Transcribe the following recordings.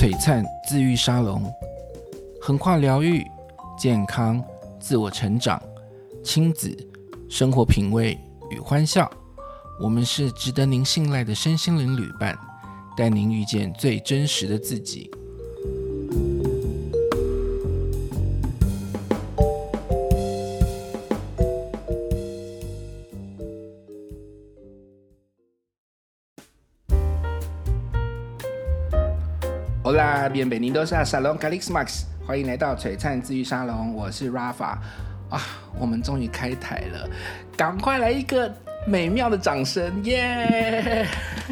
璀璨自愈沙龙，横跨疗愈、健康、自我成长、亲子、生活品味与欢笑。我们是值得您信赖的身心灵旅伴，带您遇见最真实的自己。Hola, bienvenidos a Salón Calixmax， 欢迎来到璀璨自愈沙龙，我是 Rafa。我们终于开台了，赶快来一个美妙的掌声，耶！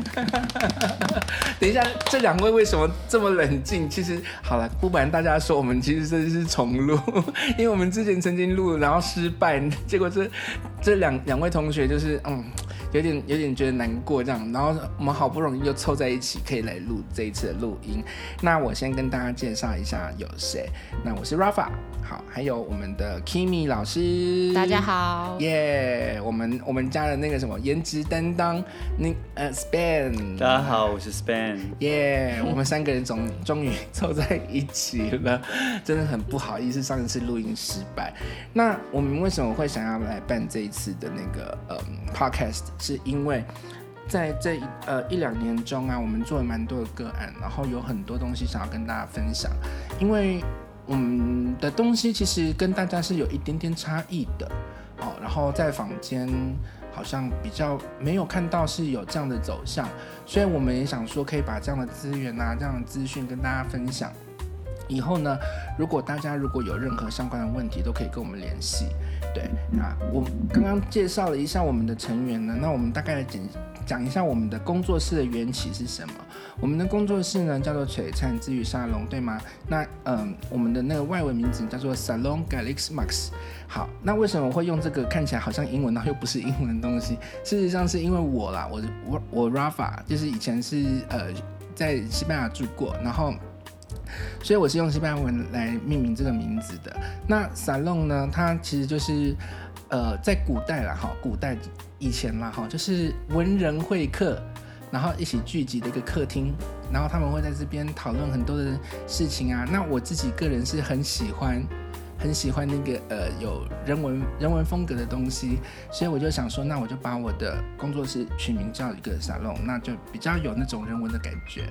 等一下，这两位为什么这么冷静？其实好了，不瞒大家说，我们其实这是重录，因为我们之前曾经录，然后失败，结果这两位同学就是有点觉得难过这样，然后我们好不容易又凑在一起，可以来录这一次的录音。那我先跟大家介绍一下有谁。那我是 Rafa， 好，还有我们的 Kimi 老师， 大家好， 耶！我们家的那个什么颜值担当，Span， 大家好，我是 Span， 耶！我们三个人终于凑在一起了，真的很不好意思，上一次录音失败。那我们为什么会想要来办这一次的那个podcast？是因为在这一两年中啊，我们做了蛮多的个案，然后有很多东西想要跟大家分享。因为我们的东西其实跟大家是有一点点差异的，然后在坊间好像比较没有看到是有这样的走向，所以我们也想说可以把这样的资源啊、这样的资讯跟大家分享。以后呢，大家如果有任何相关的问题，都可以跟我们联系。对，那我刚刚介绍了一下我们的成员呢，那我们大概来讲一下我们的工作室的缘起是什么。我们的工作室呢叫做璀璨自愈沙龙，对吗？那我们的那个外文名字叫做 Salón Calixmax。好，那为什么会用这个看起来好像英文，然后又不是英文的东西？事实上是因为我啦，我 Rafa 就是以前是在西班牙住过，然后所以我是用西班牙文来命名这个名字的。那 Salón 呢，它其实就是在古代啦，古代以前啦，就是文人会客，然后一起聚集的一个客厅，然后他们会在这边讨论很多的事情啊。那我自己个人是很喜欢那个有人文风格的东西，所以我就想说，那我就把我的工作室取名叫一个 Salón， 那就比较有那种人文的感觉。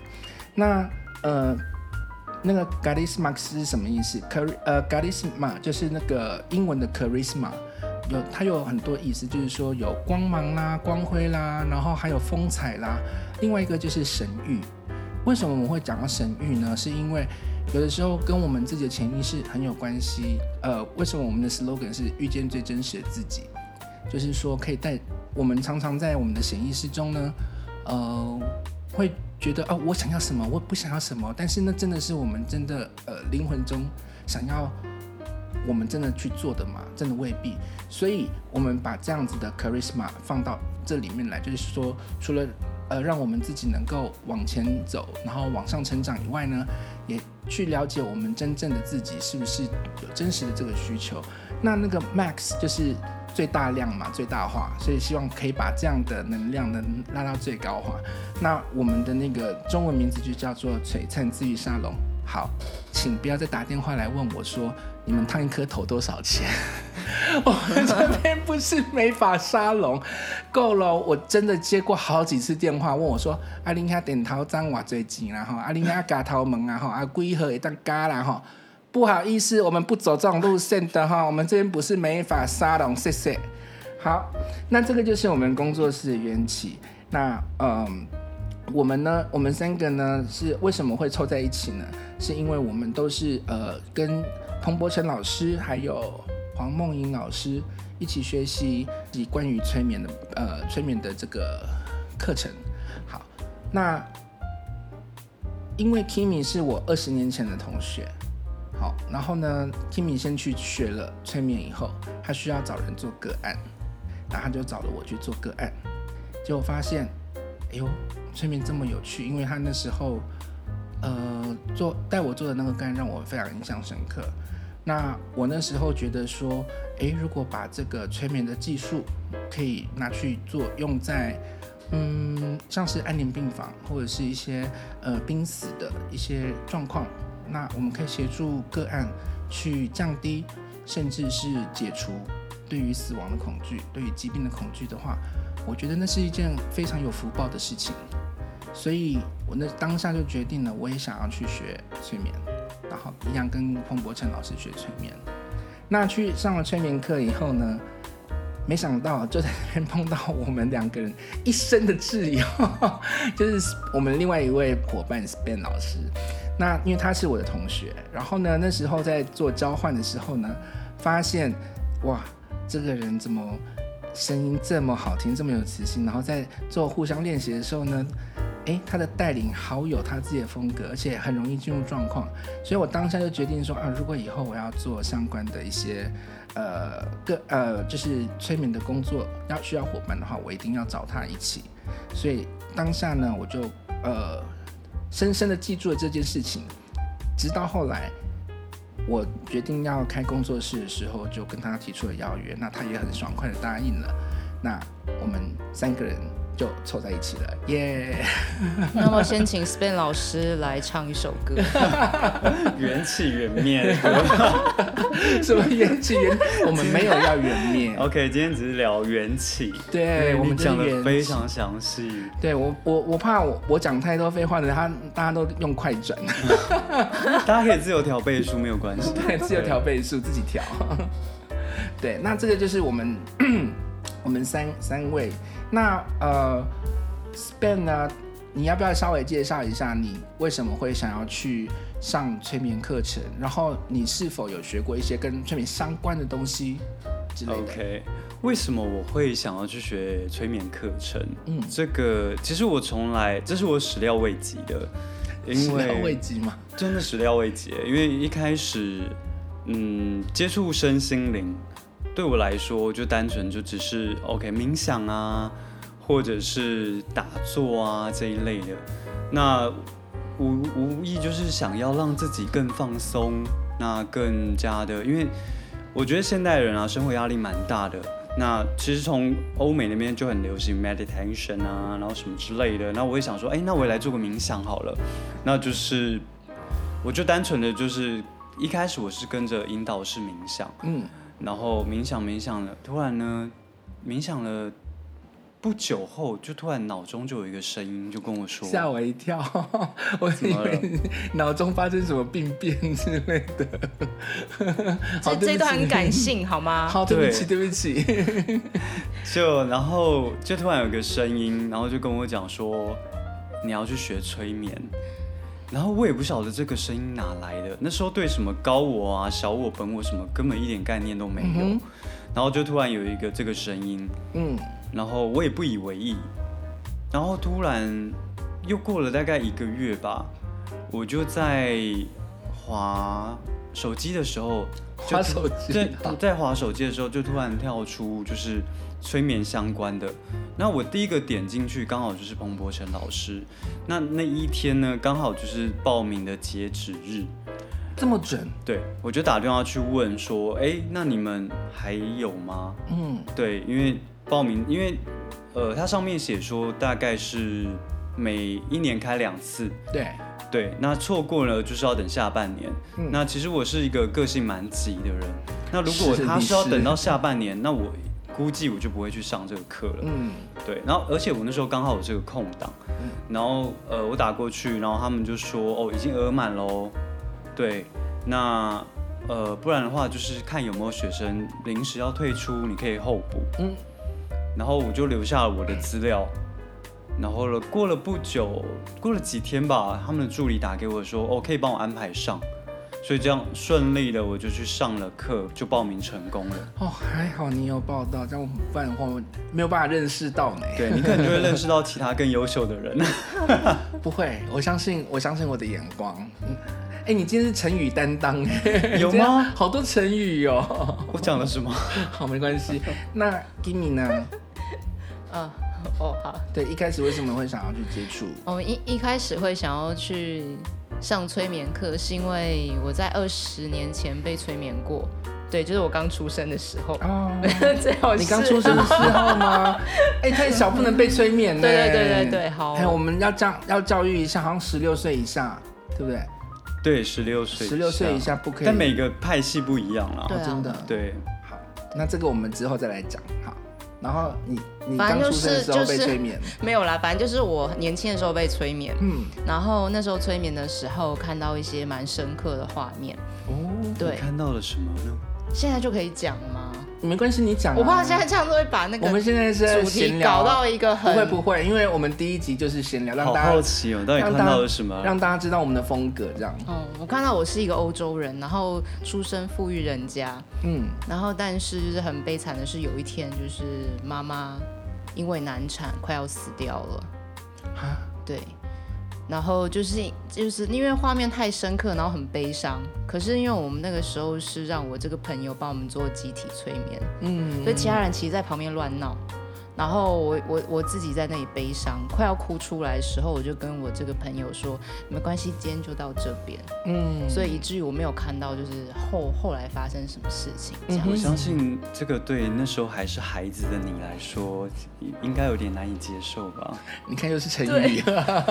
那个 Calixmax 是什么意思？Calixma 就是那个英文的 charisma， 它有很多意思，就是说有光芒啦、光辉啦，然后还有风采啦。另外一个就是神谕。为什么我们会讲到神谕呢？是因为有的时候跟我们自己的潜意识很有关系。为什么我们的 slogan 是遇见最真实的自己？就是说可以带我们常常在我们的潜意识中呢，会觉得我想要什么，我不想要什么，但是那真的是我们真的灵魂中想要我们真的去做的吗？真的未必。所以我们把这样子的 charisma 放到这里面来，就是说除了让我们自己能够往前走，然后往上成长以外呢，也去了解我们真正的自己是不是有真实的这个需求。那个 max 就是最大量嘛，最大化，所以希望可以把这样的能量能拉到最高化。那我们的那个中文名字就叫做璀璨自愈沙龙。好，请不要再打电话来问我说你们烫一颗头多少钱。我们这边不是美发沙龙，够了。我真的接过好几次电话问我说你那电头涨多少钱啦？你那加头毛啊几号会当加啦？不好意思，我们不走这种路线的哈，我们这边不是美发沙龙，谢谢。好，那这个就是我们工作室的缘起。那我们三个呢是为什么会凑在一起呢？是因为我们都是跟彭博成老师还有黄梦莹老师一起学习关于催眠的这个课程。好，那因为 Kimi 是我20年前的同学。好，然后呢 Kimi 先去学了催眠以后，他需要找人做个案，然后他就找了我去做个案，结果发现催眠这么有趣。因为他那时候带我做的那个个案让我非常印象深刻。那我那时候觉得说如果把这个催眠的技术可以拿去用在像是安宁病房或者是一些濒死的一些状况，那我们可以协助个案去降低，甚至是解除对于死亡的恐惧、对于疾病的恐惧的话，我觉得那是一件非常有福报的事情。所以我那当下就决定了，我也想要去学催眠，然后一样跟彭博成老师学催眠。那去上了催眠课以后呢，没想到就在那边碰到我们2个人一生的挚友，就是我们另外一位伙伴 Span 老师。那因为他是我的同学，然后呢，那时候在做交换的时候呢，发现哇，这个人怎么声音这么好听，这么有磁性，然后在做互相练习的时候呢，他的带领好有他自己的风格，而且很容易进入状况，所以我当下就决定说如果以后我要做相关的一些就是催眠的工作，需要伙伴的话，我一定要找他一起。所以当下呢，我就深深的记住了这件事情，直到后来我决定要开工作室的时候，就跟他提出了邀约，那他也很爽快的答应了，那我们3个人就凑在一起了，耶！ 那么先请 Span 老师来唱一首歌。 缘起缘灭。 什么缘起缘？我们没有要缘灭。 OK， 今天只是聊缘起。 对，我们讲得非常详细。 对，我怕我讲太多废话的，大家都用快转。 大家可以自由调倍数，没有关系。 对，自由调倍数，自己调。对，那这个就是我们三位。那Span 呢？你要不要稍微介绍一下你为什么会想要去上催眠课程？然后你是否有学过一些跟催眠相关的东西之类的 ？OK， 为什么我会想要去学催眠课程？这个其实我从来，这是我始料未及的，因为始料未及吗？ 真的始料未及，因为一开始接触身心灵。对我来说，就单纯就只是 OK 冥想啊，或者是打坐啊这一类的。那无疑就是想要让自己更放松，那更加的，因为我觉得现代人啊，生活压力蛮大的。那其实从欧美那边就很流行 meditation 啊，然后什么之类的。那我也想说，那我也来做个冥想好了。那就是我就单纯的就是一开始我是跟着引导式冥想，然后冥想了，突然呢，冥想了不久后，就突然脑中就有一个声音，就跟我说， 吓我一跳，我以为脑中发生什么病变之类的。 这段很感性，好吗？ 好，对不起。 然后就突然有个声音，然后就跟我讲说，你要去学催眠。然后我也不晓得这个声音哪来的，那时候对什么高我啊、小我、本我什么根本一点概念都没有。然后就突然有一个这个声音，然后我也不以为意。然后突然又过了大概1个月吧，我就在滑手机的时候，在滑手机的时候就突然跳出就是催眠相关的。那我第一个点进去刚好就是彭博成老师，那一天呢刚好就是报名的截止日， 这么准？ 对，我就打电话去问说，那你们还有吗？对，因为报名，因为它上面写说大概是每1年开2次，对，那错过了就是要等下半年。那其实我是一个个性蛮急的人，那如果他是要等到下半年，那我估计我就不会去上这个课了。对，然后而且我那时候刚好有这个空档，然后我打过去，然后他们就说已经额满喽。对，那不然的话就是看有没有学生临时要退出，你可以候补。然后我就留下了我的资料，然后过了不久，过了几天吧，他们的助理打给我说，可以帮我安排上。所以这样顺利的我就去上了课，就报名成功了。 还好你有报到，这样不然的话我没有办法认识到呢。 对，你可能就会认识到其他更优秀的人。 不会，我相信我的眼光。你今天是成语担当， 有吗？ 好多成语哦。 我讲了什么？ 好，没关系。那 Gimme 呢？ 好。 对，一开始为什么会想要去接触？ 一开始会想要去上催眠课，是因为我在20年前被催眠过， 对，就是我刚出生的时候。 哦， 最好是你刚出生的时候吗？太小不能被催眠呢。 对，好。 我们要教育一下，好像16岁以下，对不对？ 对，16岁以下不可以。 但每个派系不一样啦。 对啊， 真的。 对， 好，那这个我们之后再来讲。好，然后你刚出生的时候被催眠？ 没有啦，反正就是我年轻的时候被催眠。然后那时候催眠的时候看到一些蛮深刻的画面。 哦， 对， 你看到了什么呢？ 现在就可以讲吗？ 没关系，你讲。 我怕现在这样子会把那个我们现在是在闲聊， 搞到一个很不会，因为我们第一集就是闲聊，让大家好好奇哦，到底看到了什么？ 让大家知道我们的风格这样。 我看到我是一个欧洲人，然后出身富裕人家，然后但是就是很悲惨的是，有一天就是妈妈因为难产快要死掉了。对。然后就是因为画面太深刻，然后很悲伤。可是因为我们那个时候是让我这个朋友帮我们做集体催眠，所以其他人其实在旁边乱闹，然后我自己在那里悲伤，快要哭出来的时候，我就跟我这个朋友说，没关系，今天就到这边。所以以至于我没有看到就是后来发生什么事情。 我相信这个对那时候还是孩子的你来说，应该有点难以接受吧？ 你看又是成语。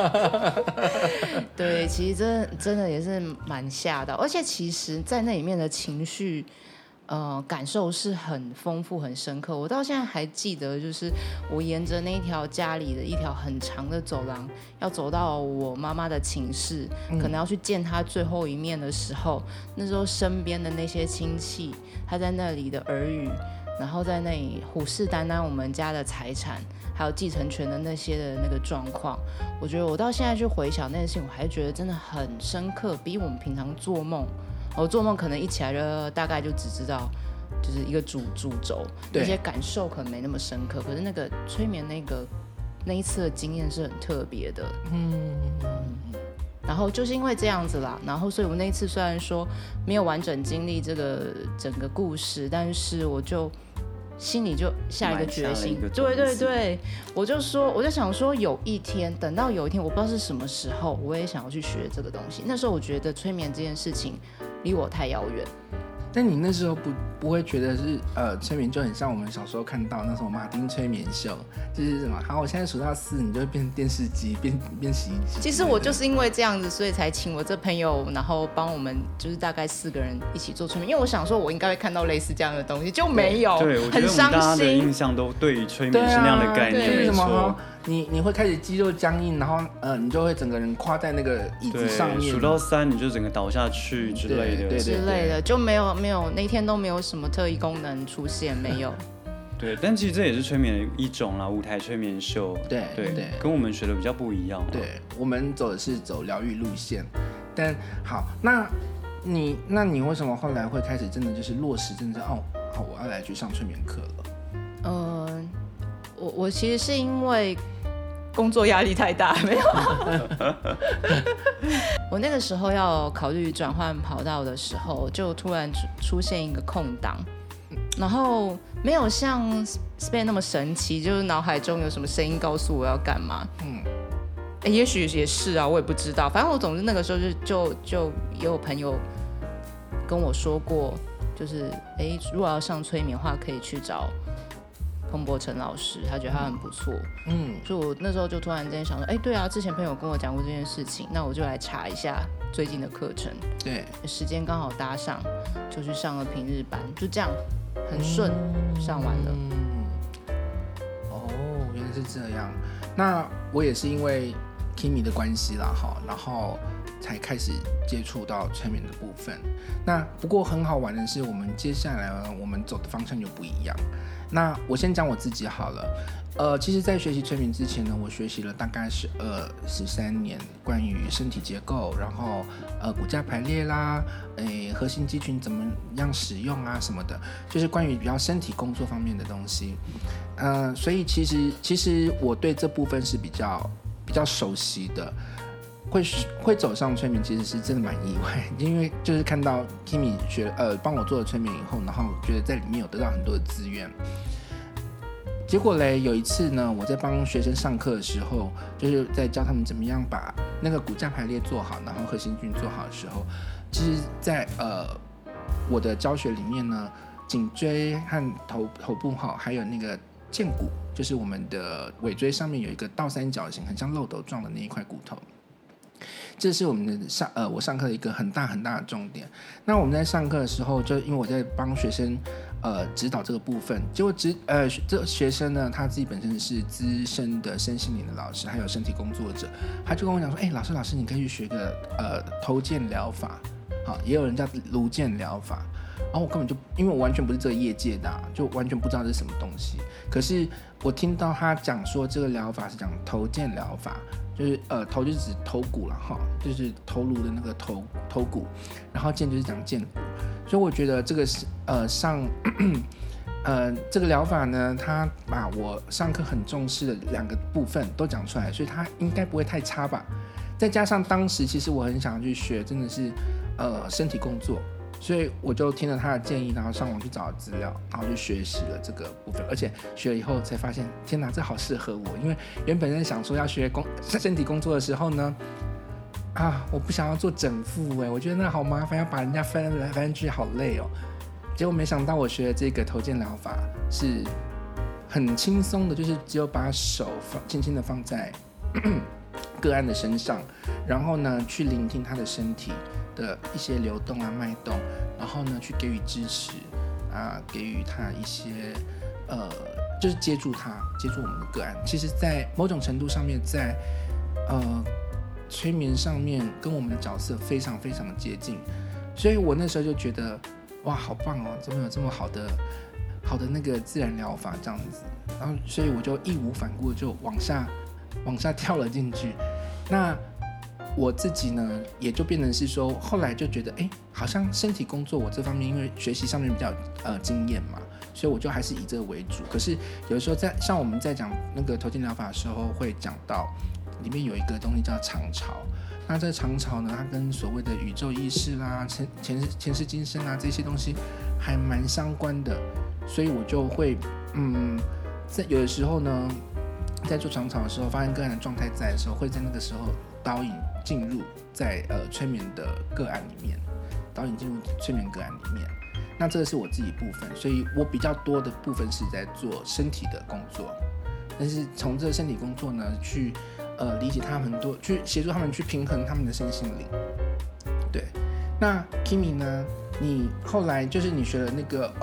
对，其实真的也是蛮吓到，而且其实在那里面的情绪。感受是很丰富很深刻，我到现在还记得，就是我沿着那一条家里的一条很长的走廊，要走到我妈妈的寝室，可能要去见她最后一面的时候，那时候身边的那些亲戚，他在那里的耳语，然后在那里虎视眈眈我们家的财产，还有继承权的那些的那个状况，我觉得我到现在去回想那件事情，我还觉得真的很深刻，比我们平常做梦。我做梦可能一起来就大概就只知道就是一个主轴，那些感受可能没那么深刻，可是那个催眠那一次的经验是很特别的。然后就是因为这样子啦，然后所以我那一次虽然说没有完整经历这个整个故事，但是我就心里就下一个决心，对，我就想说等到有一天我不知道是什么时候，我也想要去学这个东西。那时候我觉得催眠这件事情离我太遥远。 但你那时候不会觉得是催眠就很像我们小时候看到那种马丁催眠秀，就是什么好，我现在数到4，你就会变电视机，变洗衣机。 其实我就是因为这样子，所以才请我这朋友，然后帮我们就是大概4个人一起做催眠，因为我想说我应该会看到类似这样的东西，就没有。 对，我觉得我们大家的印象都对于催眠是那样的概念，没错。 你会开始肌肉僵硬，然后你就会整个人跨在那个椅子上面， 数到3你就整个倒下去之类的， 之类的，就没有那天都没有什么特异功能出现，没有。 对，但其实这也是催眠的一种啦，舞台催眠秀。 对， 跟我们学的比较不一样。 对，我们走的是走疗愈路线。但好，那你为什么后来会开始真的就是落实真正好，我要来去上催眠课了？ 我其实是因为工作压力太大，没有。我那个时候要考虑转换跑道的时候，就突然出现一个空档，然后没有像 Span 那么神奇，就是脑海中有什么声音告诉我要干嘛。也许也是啊，我也不知道。反正我总之那个时候就也有朋友跟我说过，就是如果要上催眠的话，可以去找彭博成老师，他觉得他很不错。所以我那时候就突然间想说，对啊，之前朋友跟我讲过这件事情，那我就来查一下最近的课程。 对， 时间刚好搭上，就去上了平日班，就这样很顺上完了。 原来是这样。那我也是因为 Kimi 的关系啦，然后才开始接触到催眠的部分。那不过很好玩的是，我们接下来我们走的方向就不一样。那我先讲我自己好了。其实在学习催眠之前呢，我学习了大概13年关于身体结构，然后骨架排列啦，核心肌群怎么样使用啊什么的，就是关于比较身体工作方面的东西。所以其实我对这部分是比较熟悉的。会走上催眠，其实是真的蛮意外，因为就是看到 Kimi 帮我做了催眠以后，然后觉得在里面有得到很多的资源。结果嘞，有一次呢，我在帮学生上课的时候，就是在教他们怎么样把那个骨架排列做好，然后核心肌群做好的时候，其实在我的教学里面呢，颈椎和头部还有那个剑骨，就是我们的尾椎上面有一个倒三角形，很像漏斗状的那一块骨头。这是我们的我上课的一个很大很大的重点。那我们在上课的时候，就因为我在帮学生指导这个部分，结果这学生呢，他自己本身是资深的身心灵的老师，还有身体工作者，他就跟我讲说，老师，你可以去学个头剑疗法，好，也有人叫颅剑疗法。然后我根本就因为我完全不是这个业界的，就完全不知道这是什么东西。可是我听到他讲说这个疗法是讲头剑疗法，就是头就是指头骨了哈，就是头颅的那个头骨，然后剑就是讲剑骨。所以我觉得这个是这个疗法呢，他把我上课很重视的2个部分都讲出来，所以他应该不会太差吧。再加上当时其实我很想去学，真的是身体工作。所以我就听了他的建议，然后上网去找资料，然后就学习了这个部分。而且学了以后才发现，天哪，这好适合我！因为原本在想说要学身体工作的时候呢，我不想要做整复，我觉得那好麻烦，要把人家翻来翻去，好累哦。结果没想到我学的这个头剑疗法是很轻松的，就是只有把手轻轻的放在个案的身上，然后呢去聆听他的身体的一些流动脉动，然后呢去给予支持给予他一些就是接住我们的个案。其实在某种程度上面，在催眠上面跟我们的角色非常非常的接近，所以我那时候就觉得哇，好棒哦，怎么有这么好的那个自然疗法这样子，然后所以我就义无反顾就往下跳了进去。那我自己呢，也就变成是说，后来就觉得，好像身体工作我这方面，因为学习上面比较经验嘛，所以我就还是以这个为主。可是有的时候像我们在讲那个头剑疗法的时候，会讲到里面有一个东西叫长潮。那这个长潮呢，它跟所谓的宇宙意识啦、前世今生啊这些东西还蛮相关的，所以我就会在有的时候呢，在做长潮的时候，发现个案的状态在的时候，会在那个时候导引进入在催眠的个案里面，导引进入催眠个案里面。那这个是我自己部分，所以我比较多的部分是在做身体的工作，但是从这个身体工作呢，去理解他们很多，去协助他们去平衡他们的身心灵。对，那 Kimi 呢？你后来就是你学了那个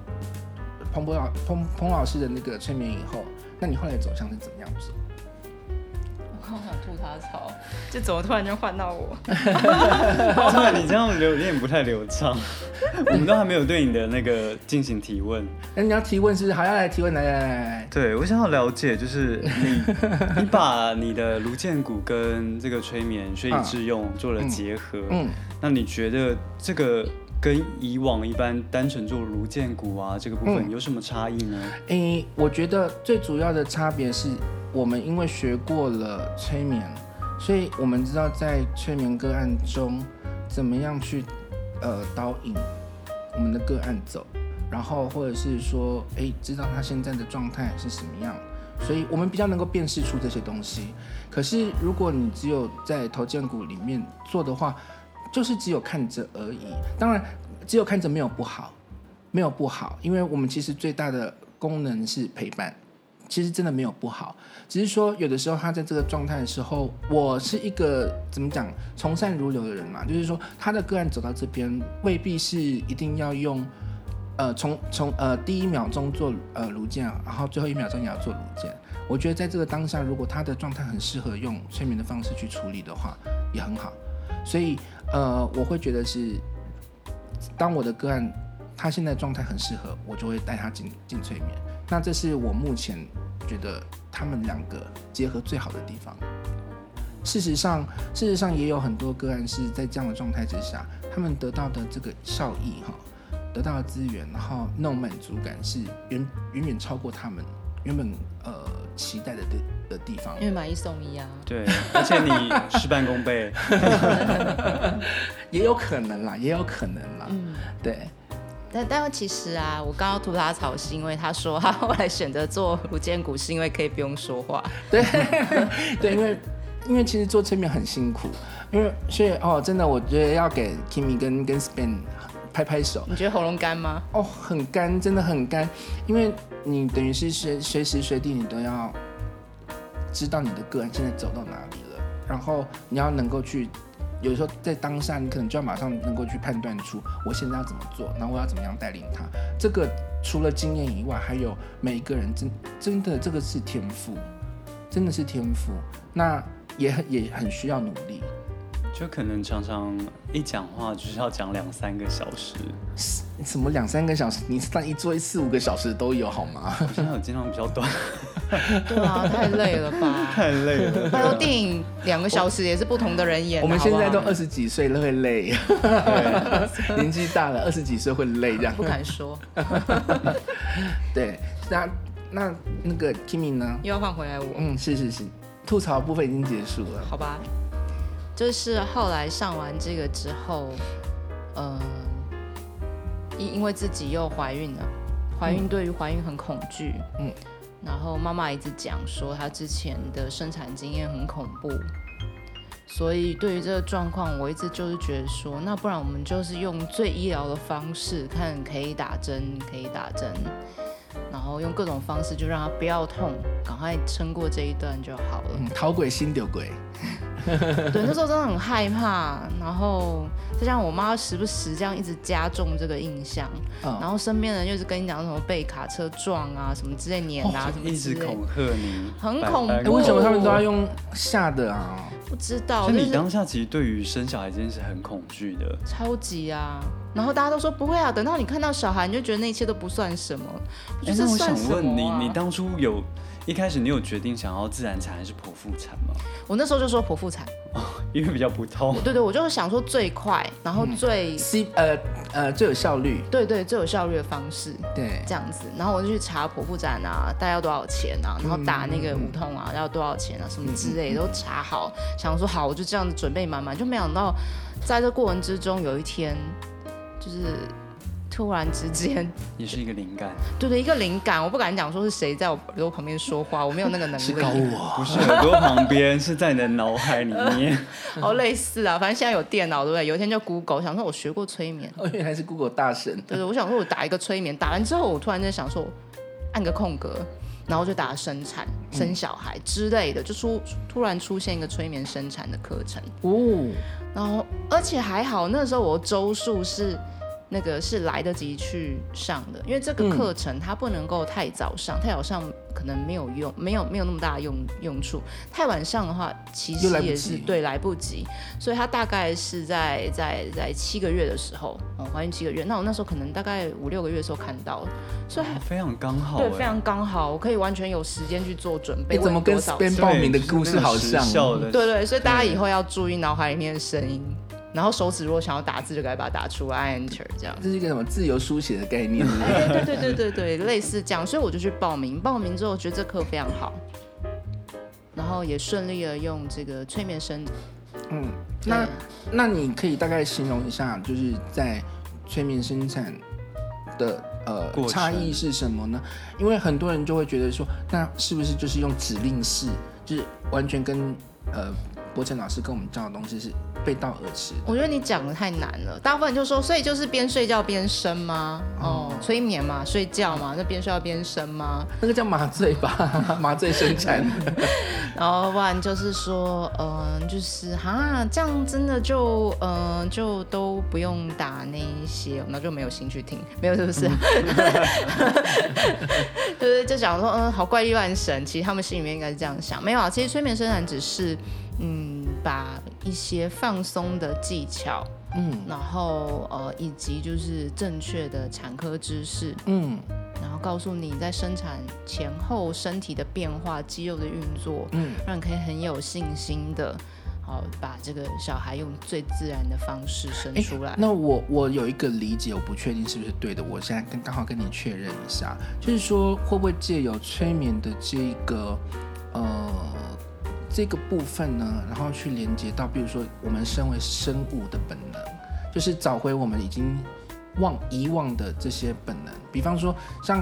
彭老师的那个催眠以后，那你后来走向是怎么样子？ 我刚想吐他槽，就怎么突然就换到我？ 对，你这样有点不太流畅。我们都还没有对你的那个进行提问。 那你要提问是不是？好，要来提问，来。 对，我想要了解，就是你把你的颅剑骨跟这个催眠学以致用做了结合。那你觉得这个跟以往一般单纯做颅剑骨这个部分有什么差异呢？ 我觉得最主要的差别是我们因为学过了催眠，所以我们知道在催眠个案中怎么样去导引我们的个案走，然后或者是说知道他现在的状态是什么样，所以我们比较能够辨识出这些东西。可是如果你只有在头剑骨里面做的话，就是只有看着而已。当然只有看着没有不好，因为我们其实最大的功能是陪伴，其实真的没有不好，只是说有的时候他在这个状态的时候，我是一个怎么讲从善如流的人嘛，就是说他的个案走到这边未必是一定要用从第1秒钟做颅剑，然后最后1秒钟也要做颅剑。我觉得在这个当下，如果他的状态很适合用催眠的方式去处理的话，也很好。所以我会觉得是，当我的个案他现在状态很适合，我就会带他进催眠。那这是我目前觉得他们2个结合最好的地方。事实上也有很多个案是在这样的状态之下，他们得到的这个效益得到的资源，然后那种满足感是远远超过他们原本期待的地方。 因为买1送1啊。 对，而且你事半功倍。 也有可能啦。对。 但其实我刚刚吐他槽是因为他说他后来选择做颅剑骨是因为可以不用说话。 对，因为其实做催眠很辛苦，所以真的我觉得要给 Kimi 跟 Span 拍拍手。 你觉得喉咙干吗？ 哦，很干，真的很干，因为你等于是随时随地你都要知道你的个案现在走到哪里了，然后你要能够去，有时候在当下你可能就要马上能够去判断出我现在要怎么做，然后我要怎么样带领他。这个除了经验以外，还有每一个人真的这个是天赋，真的是天赋，那也很需要努力。 就可能常常一讲话就是要讲2-3个小时， 什么2-3个小时？你一做4-5个小时都有好吗？ 我现在有尽量比较短。 对啊，太累了吧？ 太累了。 还有电影2个小时也是不同的人演。 我们现在都20几岁了，会累。年纪大了，20几岁会累这样。 不敢说。 对，那个 Kimi 呢？ 又要换回来我。 是，吐槽部分已经结束了。 好吧。就是后来上完这个之后，因为自己又怀孕了，对于怀孕很恐惧，然后妈妈一直讲说她之前的生产经验很恐怖，所以对于这个状况，我一直就是觉得说，那不然我们就是用最医疗的方式，看可以打针，然后用各种方式就让她不要痛，赶快撑过这一段就好了。 逃鬼心丢鬼。 对，那时候真的很害怕，然后再加上我妈时不时这样一直加重这个印象，然后身边人又是跟你讲什么被卡车撞啊，什么之类碾啊，什么一直恐吓你， 很恐怖。 为什么他们都要用吓的啊？ 不知道。 所以你当下其实对于生小孩这件事很恐惧的， 超级啊！然后大家都说不会啊，等到你看到小孩，你就觉得那一切都不算什么。 那我想问你，你当初一开始你有决定想要自然产还是剖腹产吗？ 我那时候就说剖腹产， 因为比较不痛。 对，我就想说最快，然后最最有效率。 对，最有效率的方式。 对， 这样子，然后我就去查剖腹产啊，大概要多少钱啊，然后打那个无痛啊要多少钱啊，什么之类的都查好，想说好，我就这样子准备满满，就没想到在这过程之中有一天，就是突然之间也是一个灵感。 对，一个灵感，我不敢讲说是谁在我耳朵旁边说话，我没有那个能力。 是高我， 不是耳朵旁边，是在你的脑海里面。 类似啊，反正现在有电脑，对不对？有一天就 Google， 想说我学过催眠。 原来是 Google 大神。 对，我想说我打一个催眠，打完之后我突然间想说，按个空格，然后就打生产、生小孩之类的，就突然出现一个催眠生产的课程。然后而且还好，那时候我周数是来得及去上的，因为这个课程它不能够太早上，太早上可能没有用，没有那么大的用处。太晚上的话，其实也是来不及，所以它大概是在7个月的时候，怀孕7个月。那我那时候可能大概5-6个月的时候看到了，所以非常刚好。 对，非常刚好，我可以完全有时间去做准备。 怎么跟 Span 报名的故事好像？ 对，所以大家以后要注意脑海里面的声音。然后手指如果想要打字，就该把它打出来 ，Enter 这样。 这是一个什么自由书写的概念？ 对，类似这样。所以我就去报名之后，觉得这课非常好，然后也顺利的用这个催眠生。 那你可以大概形容一下，就是在催眠生产的差异是什么呢？因为很多人就会觉得说，那是不是就是用指令式，就是完全跟柏成老师跟我们教的东西是背道而驰？ 我觉得你讲的太难了，大部分人就说，所以就是边睡觉边生吗？催眠嘛，睡觉嘛，那边睡觉边生吗？ 那个叫麻醉吧，麻醉生产。 然后不然就是说，就是这样真的就都不用打那一些，那就没有兴趣听，没有是不是？就想说，好怪力乱神，其实他们心里面应该是这样想，没有啊，其实催眠生产只是把一些放松的技巧，然后以及就是正确的产科知识，然后告诉你在生产前后身体的变化、肌肉的运作，让你可以很有信心的，把这个小孩用最自然的方式生出来。 那我有一个理解，我不确定是不是对的，我现在刚好跟你确认一下，就是说会不会借由催眠的这个部分呢，然后去连接到，比如说我们身为生物的本能，就是找回我们已经遗忘的这些本能。比方说像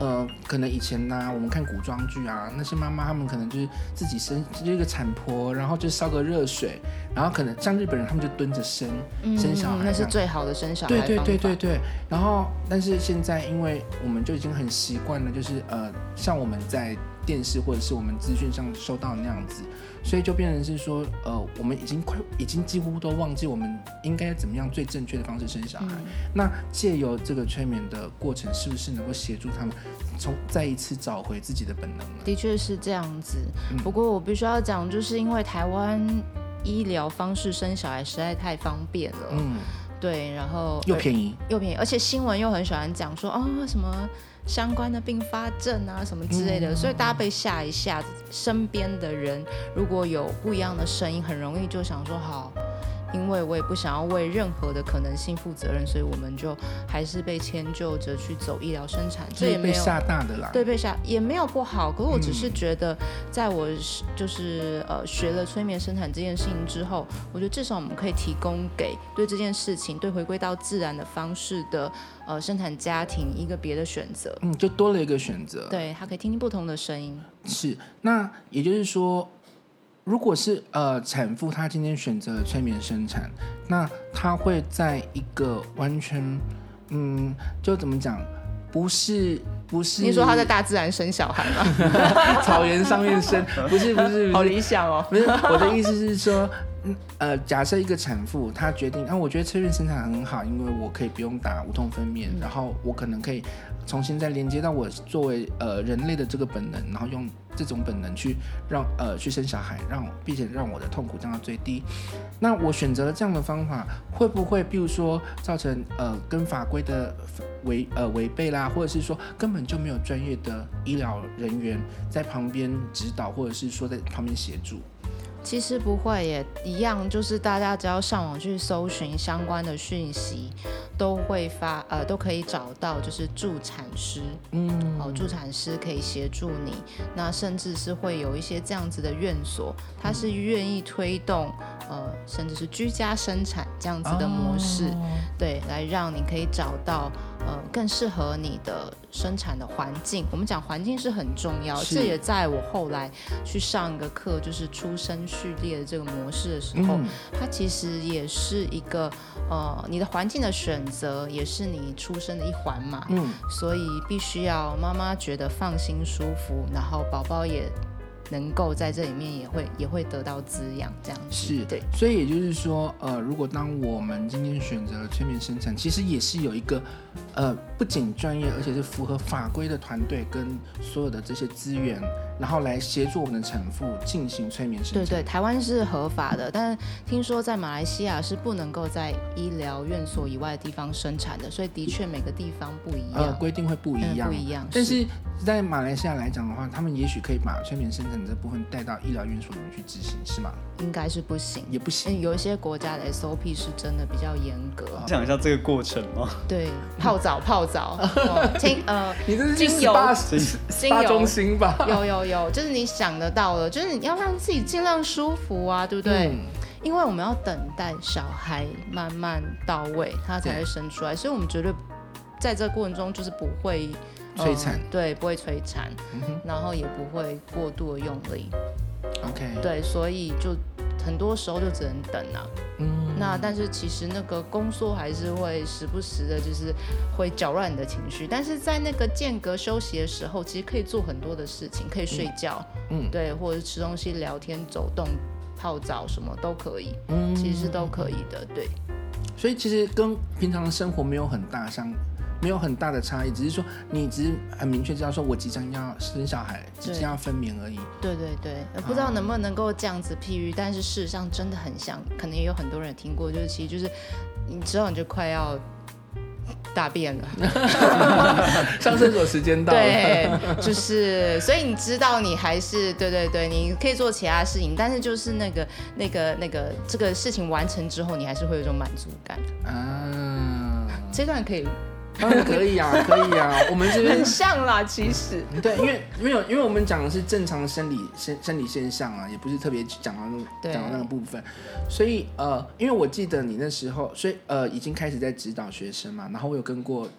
可能以前我们看古装剧啊，那些妈妈她们可能就是自己就一个产婆，然后就烧个热水，然后可能像日本人他们就蹲着生小孩， 那是最好的生小孩方法。 对。然后，但是现在因为我们就已经很习惯了，就是像我们在电视或者是我们资讯上收到那样子，所以就变成是说，我们已经几乎都忘记我们应该怎么样最正确的方式生小孩。那借由这个催眠的过程，是不是能够协助他们再一次找回自己的本能呢？ 的确是这样子。不过我必须要讲，就是因为台湾医疗方式生小孩实在太方便了。对，然后又便宜， 而且新闻又很喜欢讲说什么相关的并发症啊什么之类的，所以大家被吓一下，身边的人如果有不一样的声音，很容易就想说好，因为我也不想要为任何的可能性负责任，所以我们就还是被迁就着去走医疗生产，这也没有被吓大的啦。 对，被吓也没有不好，可是我只是觉得，在我就是学了催眠生产这件事情之后，我觉得至少我们可以提供给对这件事情，对回归到自然的方式的生产家庭一个别的选择。 就多了一个选择。 对，他可以听听不同的声音。 是，那也就是说，如果是产妇她今天选择了催眠生产，那她会在一个完全就怎么讲，不是你说她在大自然生小孩吗？ 草原上面生，不是好理想哦。 不是，我的意思是说假设一个产妇她决定我觉得催眠生产很好，因为我可以不用打无痛分娩，然后我可能可以重新再连接到我作为人类的这个本能，然后用这种本能去去生小孩，并且让我的痛苦降到最低。那我选择了这样的方法，会不会比如说造成跟法规的违背啦，或者是说根本就没有专业的医疗人员在旁边指导，或者是说在旁边协助？ 其实不会耶，一样就是大家只要上网去搜寻相关的讯息，都可以找到，就是助产师，助产师可以协助你，那甚至是会有一些这样子的院所，它是愿意推动甚至是居家生产这样子的模式，对，来让你可以找到更适合你的生产的环境。我们讲环境是很重要，这也在我后来去上一个课，就是出生序列的这个模式的时候，它其实也是一个你的环境的选择，也是你出生的一环嘛。所以必须要妈妈觉得放心舒服，然后宝宝也能够在这里面也会得到滋养，这样子。 是， 对。 所以也就是说，如果当我们今天选择了催眠生产，其实也是有一个不仅专业，而且是符合法规的团队跟所有的这些资源，然后来协助我们的产妇进行催眠生产。 对，台湾是合法的，但听说在马来西亚是不能够在医疗院所以外的地方生产的，所以的确每个地方不一样， 规定会不一样。 不一样。 但是在马来西亚来讲的话，他们也许可以把催眠生产这部分带到医疗院所里面去执行，是吗？ 应该是不行， 也不行。 有一些国家的 SOP 是真的比较严格。 讲一下这个过程吗？ 对，泡澡， 你这是精油 SPA中心吧？ 有，就是你想得到的，就是你要让自己尽量舒服啊，对不对？因为我们要等待小孩慢慢到位，他才会生出来，所以我们绝对在这个过程中就是不会摧残， 对，不会摧残，然后也不会过度的用力。 OK， 对，所以就很多时候就只能等啊。那但是其实那个宫缩还是会时不时的，就是会搅乱你的情绪。但是在那个间隔休息的时候，其实可以做很多的事情，可以睡觉，对，或者是吃东西、聊天、走动、泡澡，什么都可以，其实都可以的，对。 所以其实跟平常的生活没有很大的差异，只是说你只是很明确知道说我即将要生小孩，即将要分娩而已。 对，不知道能不能够这样子譬喻，但是事实上真的很像，可能也有很多人听过，就是其实就是你知道你就快要大便了， 上厕所时间到了， 对，就是所以你知道你还是对，你可以做其他事情，但是就是那个这个事情完成之后，你还是会有一种满足感啊。这段可以。 当然可以啊，我们这边很像啦，其实对，因为我们讲的是正常的生理现象啊，也不是特别讲到那个部分，所以因为我记得你那时候，所以已经开始在指导学生嘛，然后我有跟过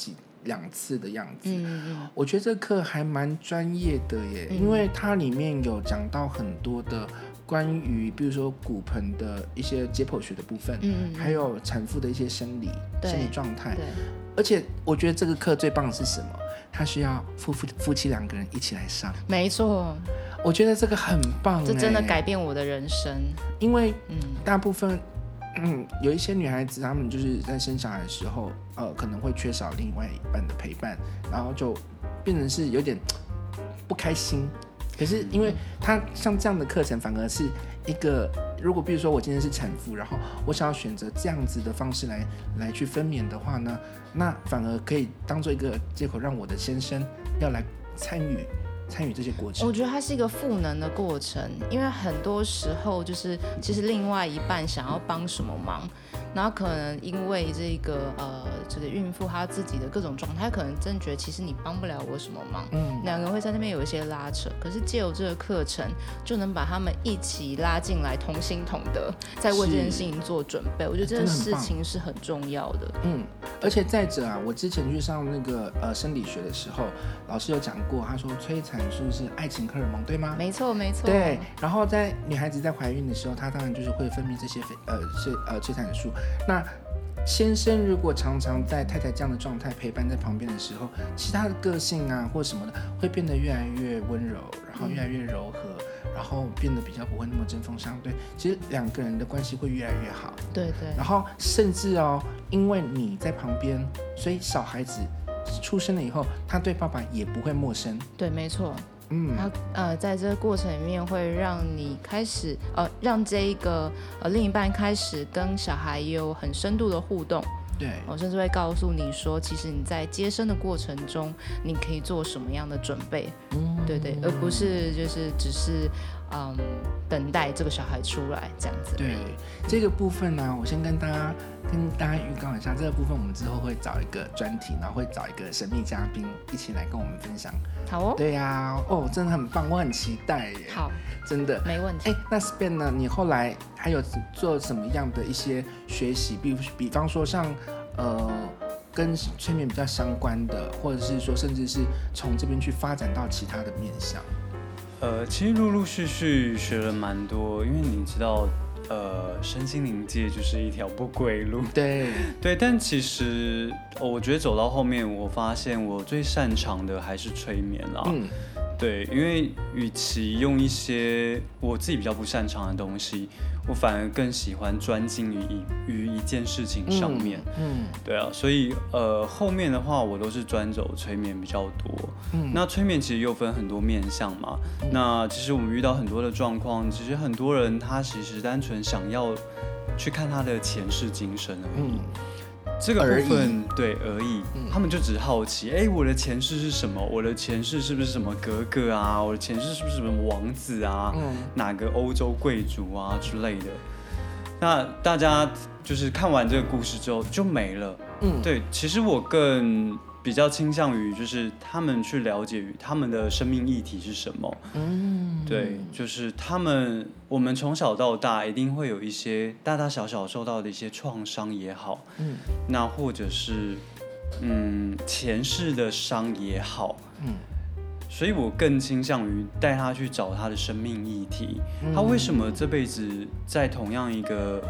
2次的样子。我觉得这课还蛮专业的耶，因为它里面有讲到很多的关于比如说骨盆的一些解剖学的部分，还有产妇的一些生理状态。而且我觉得这个课最棒的是什么？它需要夫妻2个人一起来上。 没错， 我觉得这个很棒， 这真的改变我的人生。 因为大部分有一些女孩子，她们就是在生小孩的时候，可能会缺少另外一半的陪伴，然后就变成是有点不开心。可是因为她像这样的课程，反而是一个，如果比如说我今天是产妇，然后我想要选择这样子的方式来去分娩的话呢，那反而可以当做一个借口，让我的先生要来参与这些过程。 我觉得它是一个赋能的过程，因为很多时候就是其实另外一半想要帮什么忙，然后可能因为这个孕妇她自己的各种状态，她可能真的觉得其实你帮不了我什么忙，2个人会在那边有一些拉扯，可是借由这个课程就能把他们一起拉进来，同心同德，在为这件事情做准备。我觉得这件事情是很重要的。 而且再者啊，我之前去上那个生理学的时候，老师有讲过，他说催产素是爱情荷尔蒙，对吗？ 没错。 对，然后在女孩子在怀孕的时候，她当然就是会分泌这些催产素。那先生如果常常在太太这样的状态陪伴在旁边的时候，其实他的个性啊或什么的会变得越来越温柔，然后越来越柔和，然后变得比较不会那么针锋相对。其实2个人的关系会越来越好。 对。然后甚至因为你在旁边，所以小孩子出生了以后，他对爸爸也不会陌生。 对，没错。他在这个过程里面会让你开始让这一个另一半开始跟小孩也有很深度的互动。 对， 我甚至会告诉你说，其实你在接生的过程中，你可以做什么样的准备。对，而不是就是只是等待这个小孩出来这样子。 对，这个部分呢，我先跟大家预告一下，这个部分我们之后会找一个专题，然后会找一个神秘嘉宾一起来跟我们分享。 好哦。 对呀，真的很棒，我很期待耶。 好， 真的没问题。 那 Span 呢？你后来还有做什么样的一些学习？比方说像跟催眠比较相关的，或者是说甚至是从这边去发展到其他的面向。 其实陆陆续续学了蛮多，因为你知道，身心灵界就是一条不归路。 对， 但其实我觉得走到后面，我发现我最擅长的还是催眠啦。对，因为与其用一些我自己比较不擅长的东西，我反而更喜欢专精于一件事情上面。对啊，所以后面的话我都是专走催眠比较多。那催眠其实又分很多面向嘛。那其实我们遇到很多的状况，其实很多人他其实单纯想要去看他的前世今生而已。这个部分对而已，他们就只好奇，我的前世是什么？我的前世是不是什么格格啊？我的前世是不是什么王子啊？哪个欧洲贵族啊之类的？那大家就是看完这个故事之后就没了。对，其实我更比较倾向于就是他们去了解他们的生命议题是什么。对，就是我们从小到大一定会有一些大大小小受到的一些创伤也好，那或者是前世的伤也好，所以我更倾向于带他去找他的生命议题，他为什么这辈子在同样一个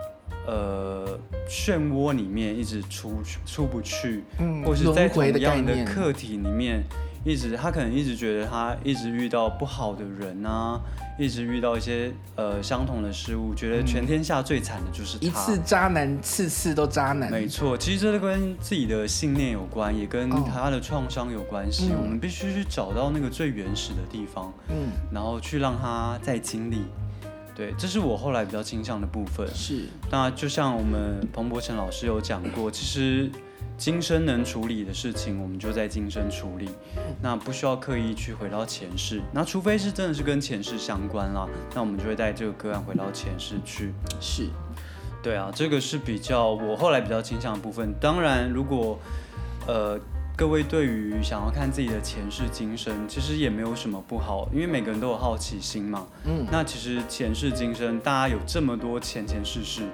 漩涡里面一直出不去，或是在同样的课题里面他可能一直觉得他一直遇到不好的人啊，一直遇到一些相同的事物，觉得全天下最惨的就是他， 一次渣男，次次都渣男。 没错，其实这跟自己的信念有关，也跟他的创伤有关系。我们必须去找到那个最原始的地方，然后去让他再经历。对，这是我后来比较倾向的部分。 是， 那就像我们彭博成老师有讲过，其实今生能处理的事情，我们就在今生处理，那不需要刻意去回到前世。那除非是真的是跟前世相关啦，那我们就会带这个个案回到前世去。 是， 对啊，这个是我后来比较倾向的部分。当然，如果各位对于想要看自己的前世今生，其实也没有什么不好，因为每个人都有好奇心嘛。那其实前世今生，大家有这么多前世事，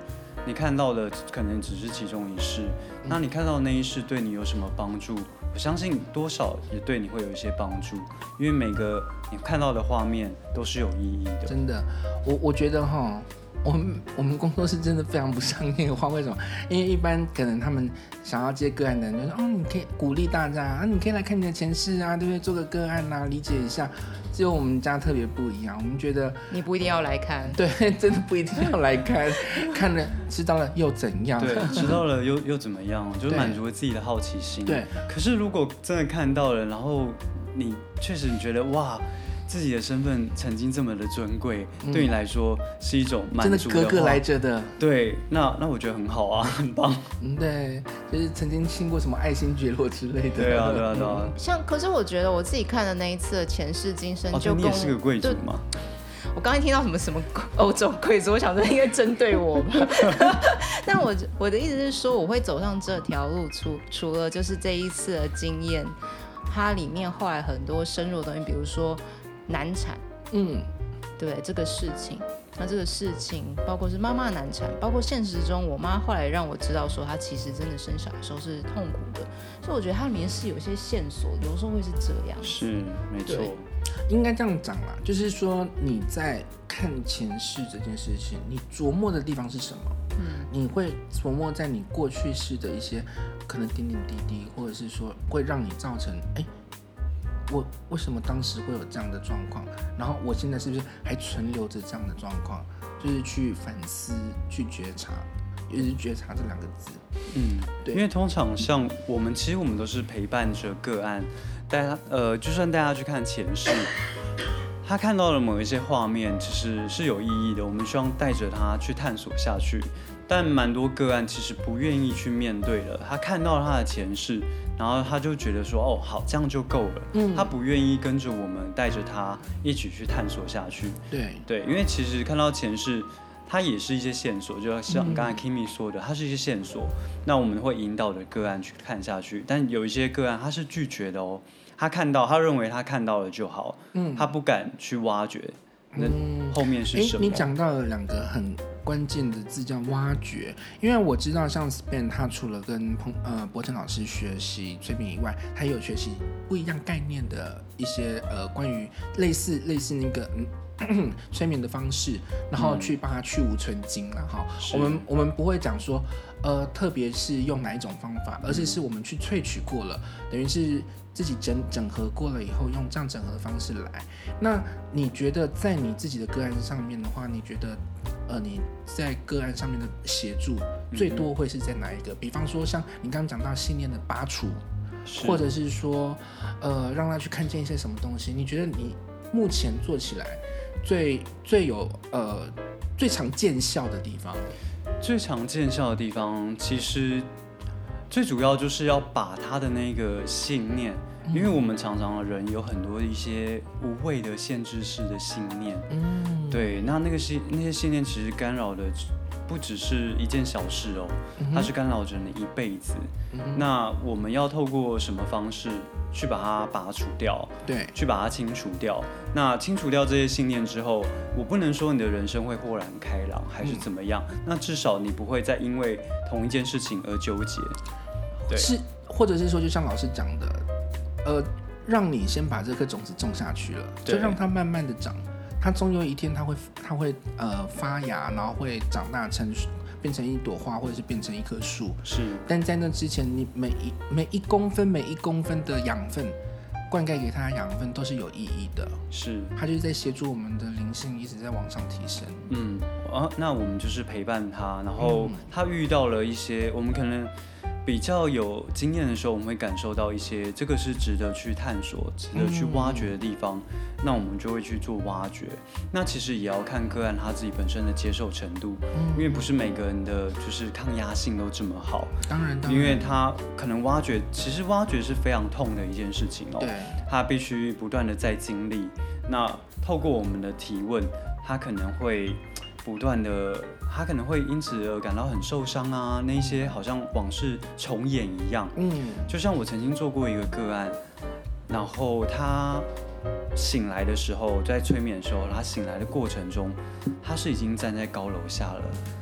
你看到的可能只是其中一世，那你看到的那一世对你有什么帮助？我相信多少也对你会有一些帮助，因为每个你看到的画面都是有意义的。 真的，我觉得哈。我们工作室真的非常不商业化，为什么？因为一般可能他们想要接个案的人就说，你可以鼓励大家啊，你可以来看你的前世啊，对不对？做个个案啊，理解一下。只有我们家特别不一样，我们觉得你不一定要来看， 对，真的不一定要来看，看了知道了又怎样？ 对，知道了又怎么样？就是满足了自己的好奇心。 对。 可是如果真的看到了，然后你确实你觉得哇。自己的身份曾经这么的尊贵，对你来说是一种满足的话， 真的格格来着的。 对，那我觉得很好啊，很棒。 对，就是曾经亲过什么爱新觉罗之类的。 对啊。 可是我觉得我自己看的那一次的前世今生，就跟你也是个贵族吗？ 我刚才听到什么欧洲贵族，我想说应该针对我吧。但我的意思是说，我会走上这条路，除了就是这一次的经验，它里面后来很多深入的东西，比如说难产，对这个事情，那这个事情包括是妈妈难产，包括现实中我妈后来让我知道说她其实真的生小孩的时候是痛苦的，所以我觉得它里面是有些线索，有时候会是这样。 是，没错。 应该这样讲啦，就是说你在看前世这件事情，你琢磨的地方是什么？你会琢磨在你过去世的一些可能点点滴滴，或者是说会让你造成我为什么当时会有这样的状况？然后我现在是不是还存留着这样的状况？就是去反思、去觉察，也是觉察这两个字。对。 因为通常像我们，其实我们都是陪伴着个案，就算带他去看前世，他看到了某一些画面，其实是有意义的。我们希望带着他去探索下去。但蛮多个案其实不愿意去面对了，他看到了他的前世，然后他就觉得说，好，这样就够了。他不愿意跟着我们带着他一起去探索下去。对，因为其实看到前世，它也是一些线索，就像刚才 Kimi 说的，它是一些线索。那我们会引导的个案去看下去，但有一些个案他是拒绝的哦，他认为他看到了就好，他不敢去挖掘。那后面是什么？ 你讲到了两个很关键的字，叫挖掘。因为我知道，像 Span 他除了跟博成老师学习催眠以外，他也有学习不一样概念的一些关于类似那个催眠的方式，然后去帮他去无存精了哈。我们不会讲说特别是用哪一种方法，而是我们去萃取过了，等于是自己整合过了以后，用这样整合的方式来。那你觉得在你自己的个案上面的话，你觉得你在个案上面的协助最多会是在哪一个？比方说像你刚刚讲到信念的拔除，或者是说让他去看见一些什么东西？你觉得你目前做起来最有最常见效的地方？ 最常见效的地方，其实最主要就是要把他的那个信念，因为我们常常的人有很多一些无谓的限制式的信念，对，那些信念其实干扰的不只是一件小事哦，它是干扰着你一辈子。那我们要透过什么方式去把它拔除掉？ 对， 去把它清除掉。那清除掉这些信念之后，我不能说你的人生会豁然开朗，还是怎么样？那至少你不会再因为同一件事情而纠结。对， 是，或者是说，就像老师讲的，让你先把这颗种子种下去了，就让它慢慢的长。它终有一天，它会发芽，然后会长大成熟，变成一朵花，或者是变成一棵树。 是。但在那之前，你每一公分的养分，灌溉给它的养分都是有意义的。 是。它就是在协助我们的灵性一直在往上提升。 那我们就是陪伴它，然后它遇到了一些我们可能比较有经验的时候，我们会感受到一些这个是值得去探索、值得去挖掘的地方，那我们就会去做挖掘。那其实也要看个案他自己本身的接受程度，因为不是每个人的就是抗压性都这么好。 当然， 因为他可能其实挖掘是非常痛的一件事情哦。 对， 他必须不断的在经历。那透过我们的提问，他可能会不断的。他可能会因此而感到很受伤啊，那些好像往事重演一样。就像我曾经做过一个个案，然后他醒来的时候，在催眠的时候，他醒来的过程中，他是已经站在高楼下了，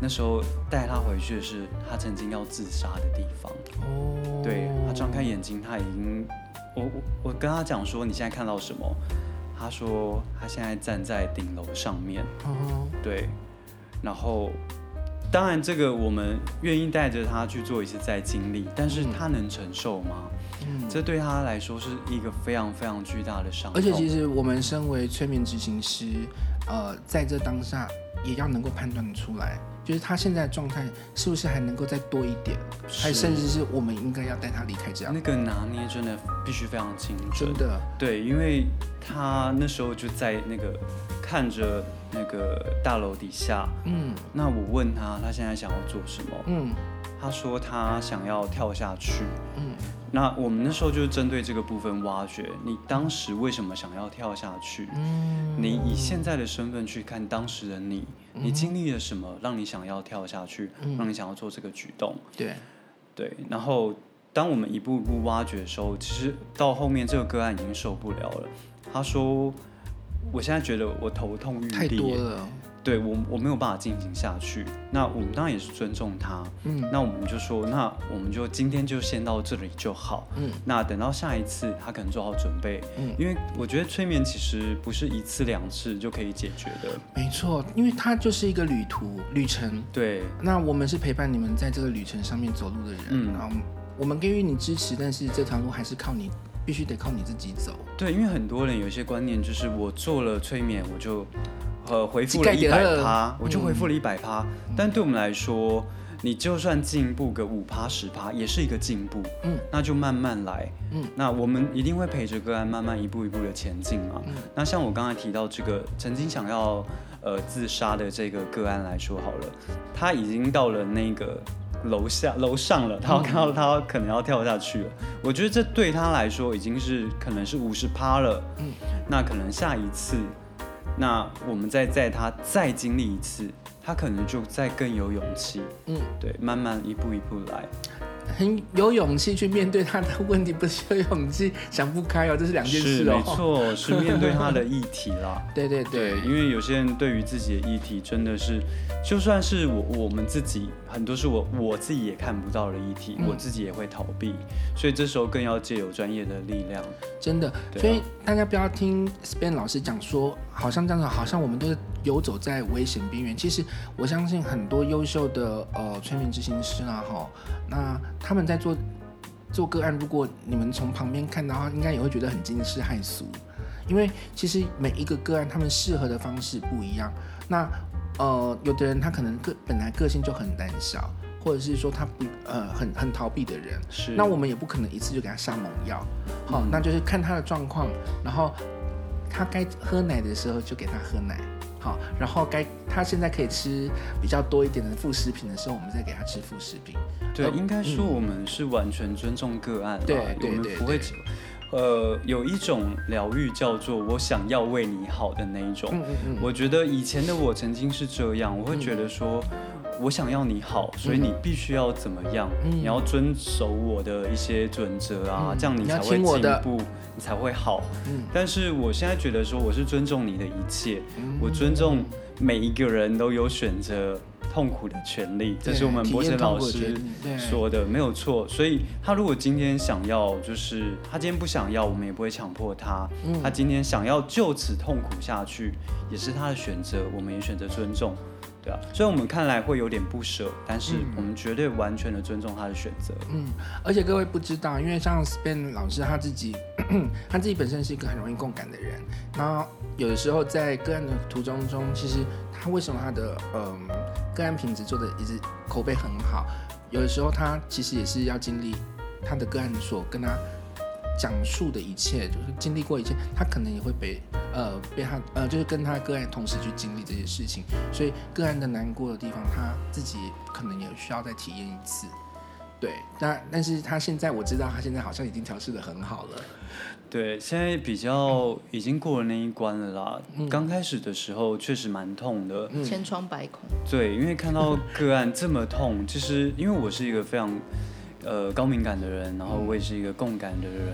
那时候带他回去的是他曾经要自杀的地方。哦，对，他张开眼睛，他已经，我跟他讲说你现在看到什么？他说他现在站在顶楼上面。对，然后当然这个我们愿意带着他去做一次再经历，但是他能承受吗？这对他来说是一个非常非常巨大的伤痛。 而且其实我们身为催眠执行师，在这当下也要能够判断出来，就是他现在的状态是不是还能够再多一点，还甚至是我们应该要带他离开这样。 那个拿捏真的必须非常精准。 真的。 对，因为他那时候就在那个看着那个大楼底下。那我问他现在想要做什么？他说他想要跳下去。那我们那时候就针对这个部分挖掘，你当时为什么想要跳下去？你以现在的身份去看当时的你，你经历了什么让你想要跳下去，让你想要做这个举动？对。然后当我们一步一步挖掘的时候，其实到后面这个个案已经受不了了。他说：“我现在觉得我头痛欲裂， 太多了。” 对，我没有办法进行下去。那我们当然也是尊重他。那我们就说，那我们就今天就先到这里就好。那等到下一次，他可能做好准备。因为我觉得催眠其实不是一次两次就可以解决的。 没错，因为它就是一个旅程。 对。 那我们是陪伴你们在这个旅程上面走路的人。然后我们给予你支持，但是这条路还是靠你，必须得靠你自己走。 对，因为很多人有一些观念就是我做了催眠，我就。回复了100%，我就回复了100%。但对我们来说，你就算进步个5%、10%，也是一个进步。那就慢慢来。那我们一定会陪着个案慢慢一步一步的前进嘛。那像我刚才提到这个曾经想要自杀的这个个案来说好了，他已经到了那个楼上了，他看到他可能要跳下去了。我觉得这对他来说已经是可能是50%了。那可能下一次。那我们再他再经历一次，他可能就再更有勇气。对，慢慢一步一步来， 很有勇气去面对他的问题，不是有勇气想不开哦，这是两件事哦。 是没错，是面对他的议题啦。 对， 因为有些人对于自己的议题真的是，就算是我们自己，很多是我自己也看不到的议题，我自己也会逃避，所以这时候更要借由专业的力量。 真的，所以大家不要听 Span 老师讲说，好像这样子，好像我们都是游走在危险边缘。其实我相信很多优秀的催眠执行师啦，那他们在做个案，如果你们从旁边看到的话，应该也会觉得很惊世骇俗，因为其实每一个个案他们适合的方式不一样。那有的人他可能本来个性就很胆小，或者是说他很逃避的人，那我们也不可能一次就给他下猛药。那就是看他的状况，然后他该喝奶的时候就给他喝奶。好，然后他现在可以吃比较多一点的副食品的时候，我们再给他吃副食品。 对，应该说我们是完全尊重个案。 对， 我们不会。有一种疗愈叫做我想要为你好的那一种。我觉得以前的我曾经是这样，我会觉得说。我想要你好，所以你必须要怎么样？你要遵守我的一些准则啊，这样你才会进步，你才会好。但是我现在觉得说，我是尊重你的一切，我尊重每一个人都有选择痛苦的权利，这是我们博成老师说的，没有错。所以他如果今天想要，就是他今天不想要，我们也不会强迫他。他今天想要就此痛苦下去，也是他的选择，我们也选择尊重。对啊，虽然我们看来会有点不舍，但是我们绝对完全的尊重他的选择。 而且各位不知道，因为像 Span 老师他自己本身是一个很容易共感的人，然后有的时候在个案的途中，其实他为什么他的个案品质做的一直口碑很好，有的时候他其实也是要经历他的个案所跟他讲述的一切，就是经历过一切，他可能也会被他就是跟他个案同时去经历这些事情，所以个案的难过的地方，他自己可能也需要再体验一次。对，但是他现在我知道，他现在好像已经调试得很好了。 对，现在比较已经过了那一关了啦。刚开始的时候确实蛮痛的， 千疮百孔。 对，因为看到个案这么痛，其实因为我是一个非常高敏感的人，然后我也是一个共感的人，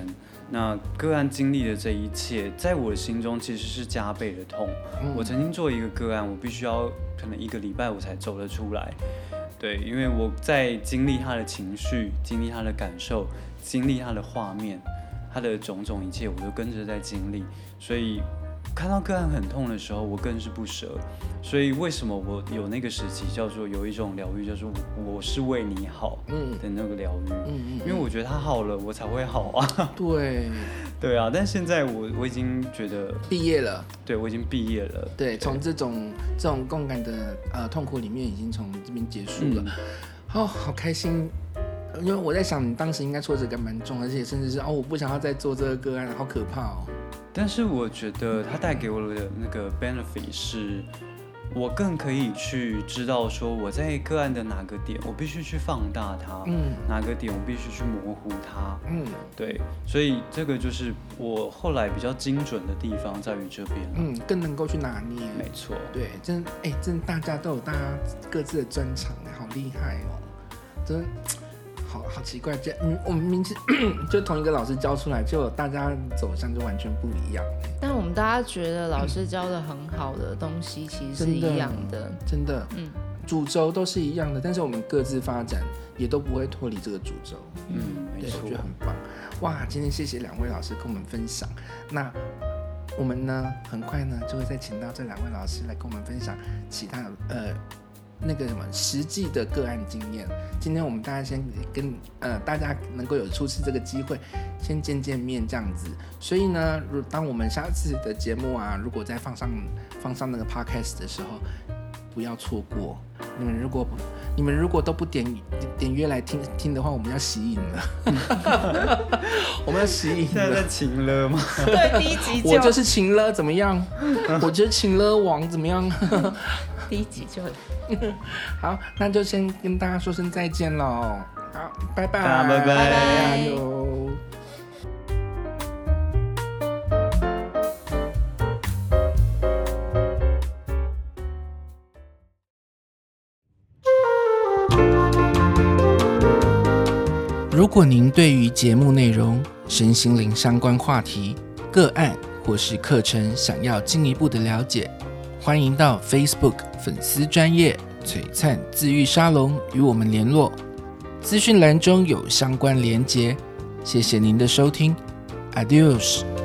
那个案经历的这一切，在我的心中其实是加倍的痛。我曾经做一个个案，我必须要可能1个礼拜我才走得出来。对，因为我在经历他的情绪，经历他的感受，经历他的画面，他的种种一切，我都跟着在经历。所以看到个案很痛的时候，我更是不舍。所以为什么我有那个时期叫做有一种疗愈，就是我是为你好的那个疗愈。因为我觉得他好了，我才会好啊。对啊，但现在我已经觉得毕业了。 对，我已经毕业了。 对，从这种共感的痛苦里面，已经从这边结束了。好开心。因为我在想，你当时应该挫折感蛮重，而且甚至是我不想要再做这个个案，好可怕哦。 但是我觉得它带给我的那个 benefit 是，我更可以去知道说我在个案的哪个点我必须去放大它，哪个点我必须去模糊它，对，所以这个就是我后来比较精准的地方在于这边， 更能够去拿捏， 没错， 对，真的大家都有大家各自的专长，好厉害哦，真的。好奇怪，我们明明就同一个老师教出来，就大家走向就完全不一样。 但我们大家觉得老师教的很好的东西，其实是一样的， 真的，主轴都是一样的，但是我们各自发展也都不会脱离这个主轴。 没错， 我觉得很棒。哇，今天谢谢2位老师跟我们分享。那我们呢，很快呢就会再请到这2位老师来跟我们分享其他那个什么实际的个案经验。今天我们大家先跟大家能够有初次这个机会，先见面这样子。所以呢，当我们下次的节目啊，如果再放上那个 podcast 的时候，不要错过。你们如果都不点阅来听的话，我们要洗瘾了。我们要洗瘾了。 现在在情了吗？ 对，第一集我就是情了，怎么样？我就是情了王，怎么样？ 第一集就好，那就先跟大家说声再见喽。好，拜拜， 拜拜， 加油。如果您对于节目内容、身心灵相关话题、个案或是课程想要进一步的了解，欢迎到 Facebook 粉丝专页璀璨自愈沙龙与我们联络，资讯栏中有相关连结。谢谢您的收听 ，Adios。